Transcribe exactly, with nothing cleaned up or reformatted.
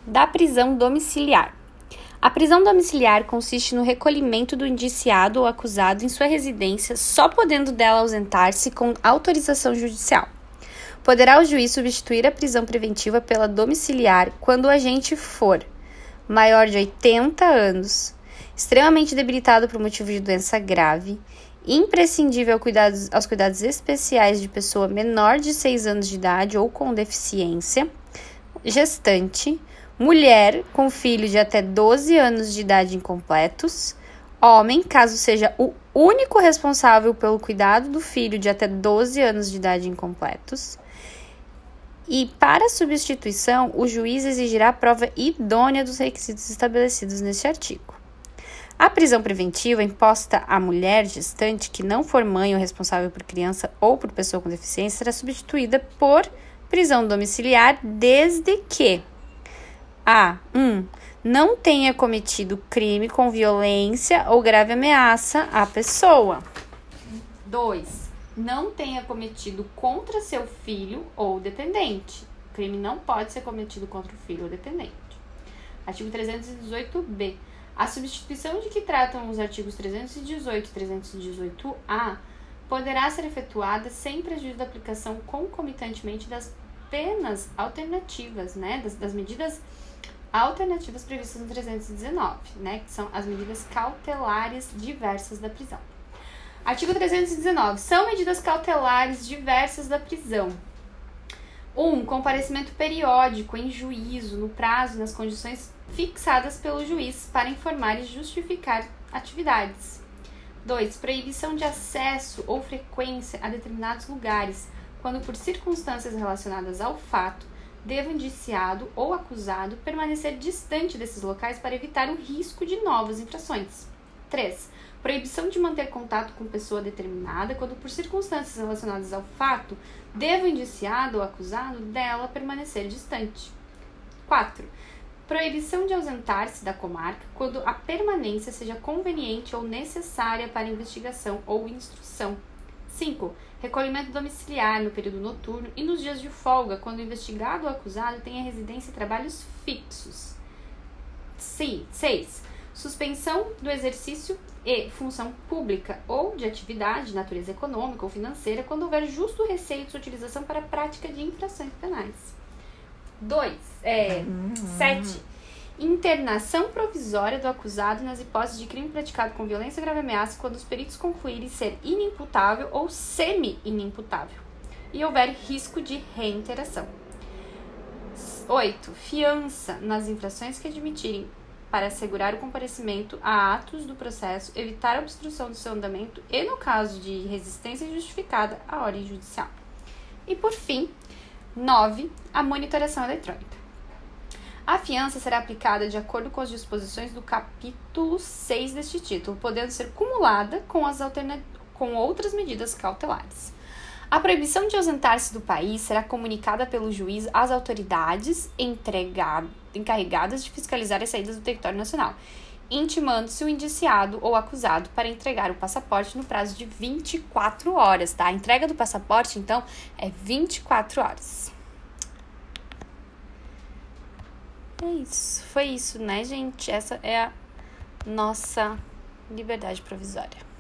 da prisão domiciliar. A prisão domiciliar consiste no recolhimento do indiciado ou acusado em sua residência, só podendo dela ausentar-se com autorização judicial. Poderá o juiz substituir a prisão preventiva pela domiciliar quando o agente for maior de oitenta anos, extremamente debilitado por motivo de doença grave, imprescindível ao cuidados, aos cuidados especiais de pessoa menor de seis anos de idade ou com deficiência, gestante, mulher com filho de até doze anos de idade incompletos, homem, caso seja o único responsável pelo cuidado do filho de até doze anos de idade incompletos. E, para substituição, o juiz exigirá a prova idônea dos requisitos estabelecidos neste artigo. A prisão preventiva imposta à mulher gestante que não for mãe ou responsável por criança ou por pessoa com deficiência será substituída por prisão domiciliar desde que a. um. Não tenha cometido crime com violência ou grave ameaça à pessoa. dois. Não tenha cometido contra seu filho ou dependente. O crime não pode ser cometido contra o filho ou dependente. Artigo trezentos e dezoito B. A substituição de que tratam os artigos trezentos e dezoito e trezentos e dezoito A poderá ser efetuada sem prejuízo da aplicação concomitantemente das penas alternativas, né? Das, das medidas alternativas previstas no trezentos e dezenove, né? Que são as medidas cautelares diversas da prisão. Artigo trezentos e dezenove. São medidas cautelares diversas da prisão. um. Comparecimento periódico em juízo, no prazo e nas condições fixadas pelo juiz para informar e justificar atividades. dois. Proibição de acesso ou frequência a determinados lugares, quando por circunstâncias relacionadas ao fato, deva o indiciado ou acusado permanecer distante desses locais para evitar o risco de novas infrações. três. Proibição de manter contato com pessoa determinada quando, por circunstâncias relacionadas ao fato, deva o indiciado ou acusado dela permanecer distante. quatro. Proibição de ausentar-se da comarca quando a permanência seja conveniente ou necessária para investigação ou instrução. cinco. Recolhimento domiciliar no período noturno e nos dias de folga, quando o investigado ou acusado tenha residência e trabalhos fixos. seis. Suspensão do exercício e função pública ou de atividade de natureza econômica ou financeira quando houver justo receio de sua utilização para a prática de infrações penais. dois. É, sete. Internação provisória do acusado nas hipóteses de crime praticado com violência ou grave ameaça quando os peritos concluírem ser inimputável ou semi-inimputável e houver risco de reiteração. oito. Fiança nas infrações que admitirem para assegurar o comparecimento a atos do processo, evitar a obstrução do seu andamento e, no caso de resistência injustificada, a ordem judicial. E, por fim, nove. A monitoração eletrônica. A fiança será aplicada de acordo com as disposições do capítulo seis deste título, podendo ser cumulada com, as alterna- com outras medidas cautelares. A proibição de ausentar-se do país será comunicada pelo juiz às autoridades entregado, encarregadas de fiscalizar as saídas do território nacional, intimando-se o indiciado ou acusado para entregar o passaporte no prazo de vinte e quatro horas, tá? A entrega do passaporte, então, é vinte e quatro horas. É isso. Foi isso, né, gente? Essa é a nossa liberdade provisória.